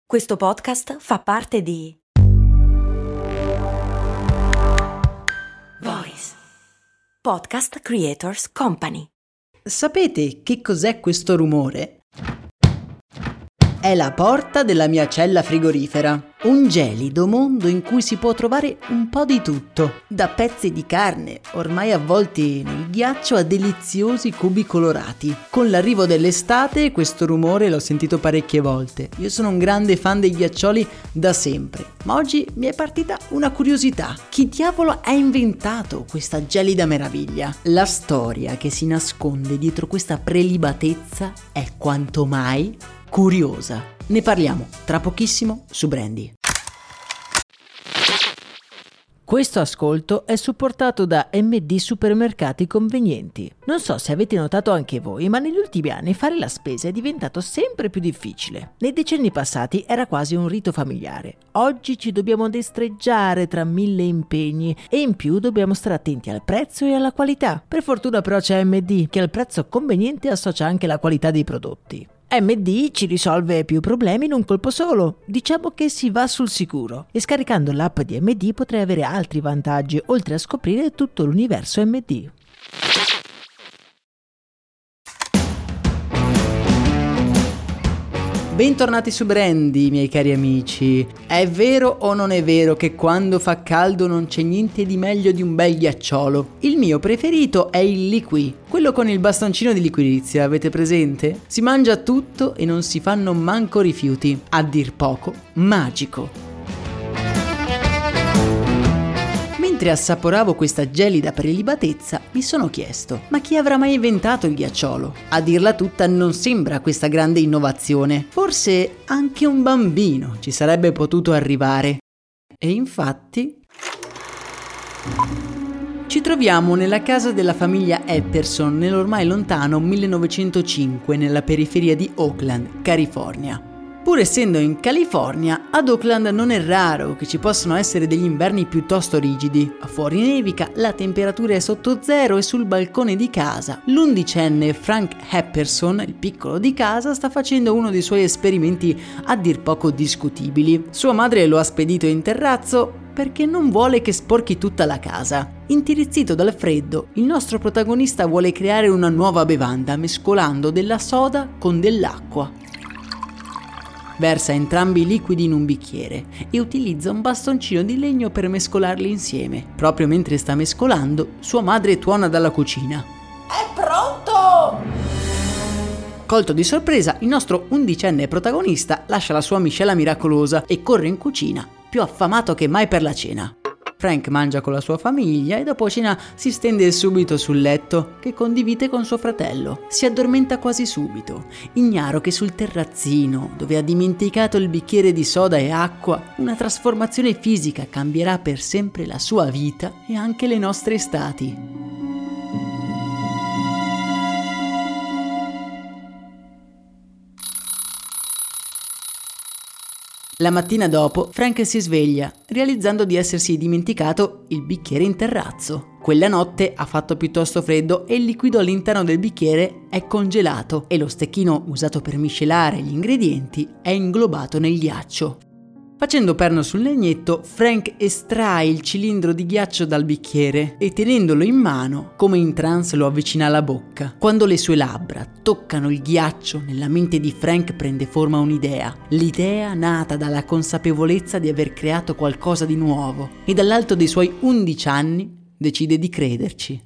Questo podcast fa parte di Voice Podcast Creators Company. Sapete che cos'è questo rumore? È la porta della mia cella frigorifera. Un gelido mondo in cui si può trovare un po' di tutto, da pezzi di carne, ormai avvolti nel ghiaccio, a deliziosi cubi colorati. Con l'arrivo dell'estate questo rumore l'ho sentito parecchie volte. Io sono un grande fan dei ghiaccioli da sempre, ma oggi mi è partita una curiosità. Chi diavolo ha inventato questa gelida meraviglia? La storia che si nasconde dietro questa prelibatezza è quanto mai curiosa. Ne parliamo tra pochissimo su Brandy. Questo ascolto è supportato da MD Supermercati Convenienti. Non so se avete notato anche voi, ma negli ultimi anni fare la spesa è diventato sempre più difficile. Nei decenni passati era quasi un rito familiare. Oggi ci dobbiamo destreggiare tra 1000 impegni e in più dobbiamo stare attenti al prezzo e alla qualità. Per fortuna però c'è MD, che al prezzo conveniente associa anche la qualità dei prodotti. MD ci risolve più problemi in un colpo solo. Diciamo che si va sul sicuro. E scaricando l'app di MD potrai avere altri vantaggi, oltre a scoprire tutto l'universo MD. Bentornati su Brandy, miei cari amici. È vero o non è vero che quando fa caldo non c'è niente di meglio di un bel ghiacciolo? Il mio preferito è il liquì, quello con il bastoncino di liquirizia, avete presente? Si mangia tutto e non si fanno manco rifiuti, a dir poco magico. Mentre assaporavo questa gelida prelibatezza mi sono chiesto: ma chi avrà mai inventato il ghiacciolo? A dirla tutta non sembra questa grande innovazione, forse anche un bambino ci sarebbe potuto arrivare. E infatti ci troviamo nella casa della famiglia Epperson nell'ormai lontano 1905 nella periferia di Oakland, California. Pur essendo in California, ad Oakland non è raro che ci possano essere degli inverni piuttosto rigidi. Fuori nevica, la temperatura è sotto zero e sul balcone di casa l'11enne Frank Epperson, il piccolo di casa, sta facendo uno dei suoi esperimenti a dir poco discutibili. Sua madre lo ha spedito in terrazzo perché non vuole che sporchi tutta la casa. Intirizzito dal freddo, il nostro protagonista vuole creare una nuova bevanda mescolando della soda con dell'acqua. Versa entrambi i liquidi in un bicchiere e utilizza un bastoncino di legno per mescolarli insieme. Proprio mentre sta mescolando, sua madre tuona dalla cucina: "È pronto!" Colto di sorpresa, il nostro 11enne protagonista lascia la sua miscela miracolosa e corre in cucina, più affamato che mai per la cena. Frank mangia con la sua famiglia e dopo cena si stende subito sul letto, che condivide con suo fratello. Si addormenta quasi subito, ignaro che sul terrazzino, dove ha dimenticato il bicchiere di soda e acqua, una trasformazione fisica cambierà per sempre la sua vita e anche le nostre estati. La mattina dopo, Frank si sveglia, realizzando di essersi dimenticato il bicchiere in terrazzo. Quella notte ha fatto piuttosto freddo e il liquido all'interno del bicchiere è congelato e lo stecchino usato per miscelare gli ingredienti è inglobato nel ghiaccio. Facendo perno sul legnetto, Frank estrae il cilindro di ghiaccio dal bicchiere e tenendolo in mano, come in trance, lo avvicina alla bocca. Quando le sue labbra toccano il ghiaccio, nella mente di Frank prende forma un'idea. L'idea nata dalla consapevolezza di aver creato qualcosa di nuovo e dall'alto dei suoi 11 anni decide di crederci.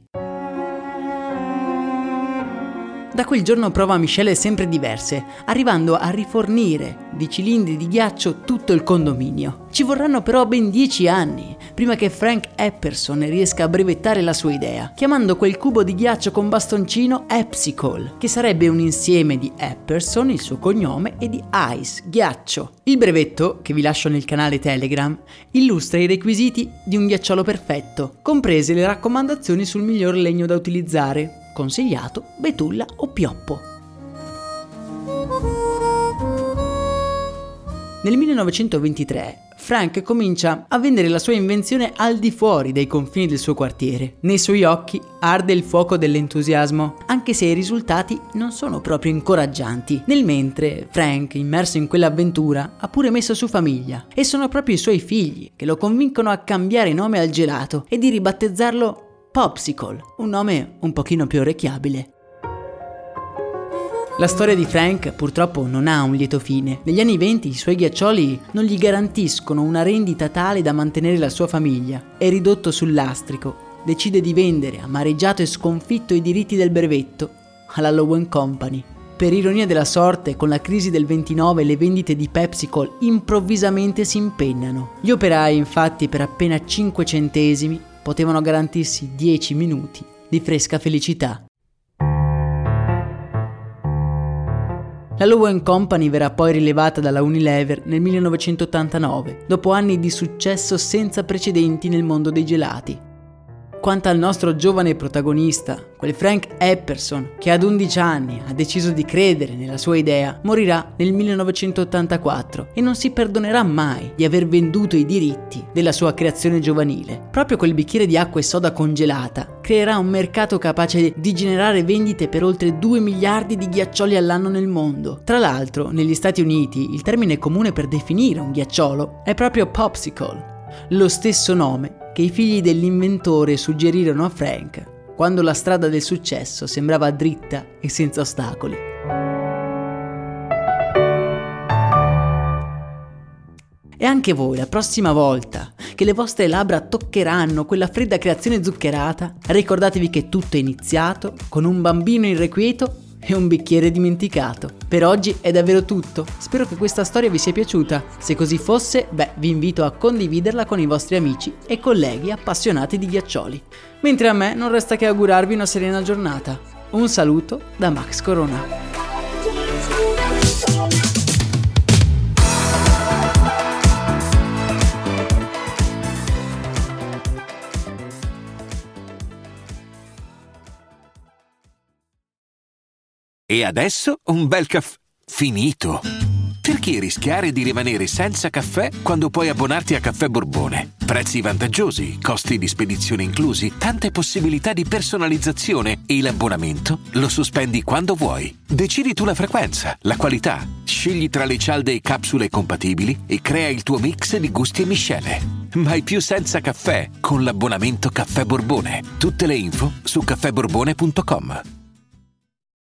Da quel giorno prova miscele sempre diverse, arrivando a rifornire di cilindri di ghiaccio tutto il condominio. Ci vorranno però ben 10 anni prima che Frank Epperson riesca a brevettare la sua idea, chiamando quel cubo di ghiaccio con bastoncino Epsicle, che sarebbe un insieme di Epperson, il suo cognome, e di ice, ghiaccio. Il brevetto, che vi lascio nel canale Telegram, illustra i requisiti di un ghiacciolo perfetto, comprese le raccomandazioni sul miglior legno da utilizzare, consigliato betulla o pioppo. Nel 1923 Frank comincia a vendere la sua invenzione al di fuori dei confini del suo quartiere. Nei suoi occhi arde il fuoco dell'entusiasmo, anche se i risultati non sono proprio incoraggianti. Nel mentre, Frank, immerso in quell'avventura, ha pure messo su famiglia, e sono proprio i suoi figli che lo convincono a cambiare nome al gelato e di ribattezzarlo Popsicle, un nome un pochino più orecchiabile. La storia di Frank purtroppo non ha un lieto fine. Negli anni 20 i suoi ghiaccioli non gli garantiscono una rendita tale da mantenere la sua famiglia. È ridotto sul lastrico, decide di vendere, amareggiato e sconfitto, i diritti del brevetto alla Lowen Company. Per ironia della sorte, con la crisi del 29 le vendite di Pepsicle improvvisamente si impennano. Gli operai, infatti, per appena 5 centesimi potevano garantirsi 10 minuti di fresca felicità. La Lowen Company verrà poi rilevata dalla Unilever nel 1989, dopo anni di successo senza precedenti nel mondo dei gelati. Quanto al nostro giovane protagonista, quel Frank Epperson, che ad 11 anni ha deciso di credere nella sua idea, morirà nel 1984 e non si perdonerà mai di aver venduto i diritti della sua creazione giovanile. Proprio quel bicchiere di acqua e soda congelata creerà un mercato capace di generare vendite per oltre 2 miliardi di ghiaccioli all'anno nel mondo. Tra l'altro, negli Stati Uniti il termine comune per definire un ghiacciolo è proprio Popsicle, lo stesso nome che i figli dell'inventore suggerirono a Frank quando la strada del successo sembrava dritta e senza ostacoli. E anche voi, la prossima volta che le vostre labbra toccheranno quella fredda creazione zuccherata, ricordatevi che tutto è iniziato con un bambino irrequieto e un bicchiere dimenticato. Per oggi è davvero tutto. Spero che questa storia vi sia piaciuta. Se così fosse, vi invito a condividerla con i vostri amici e colleghi appassionati di ghiaccioli. Mentre a me non resta che augurarvi una serena giornata. Un saluto da Max Corona. E adesso un bel caffè finito. Perché rischiare di rimanere senza caffè quando puoi abbonarti a Caffè Borbone? Prezzi vantaggiosi, costi di spedizione inclusi, tante possibilità di personalizzazione e l'abbonamento lo sospendi quando vuoi. Decidi tu la frequenza, la qualità, scegli tra le cialde e capsule compatibili e crea il tuo mix di gusti e miscele. Mai più senza caffè con l'abbonamento Caffè Borbone. Tutte le info su caffèborbone.com.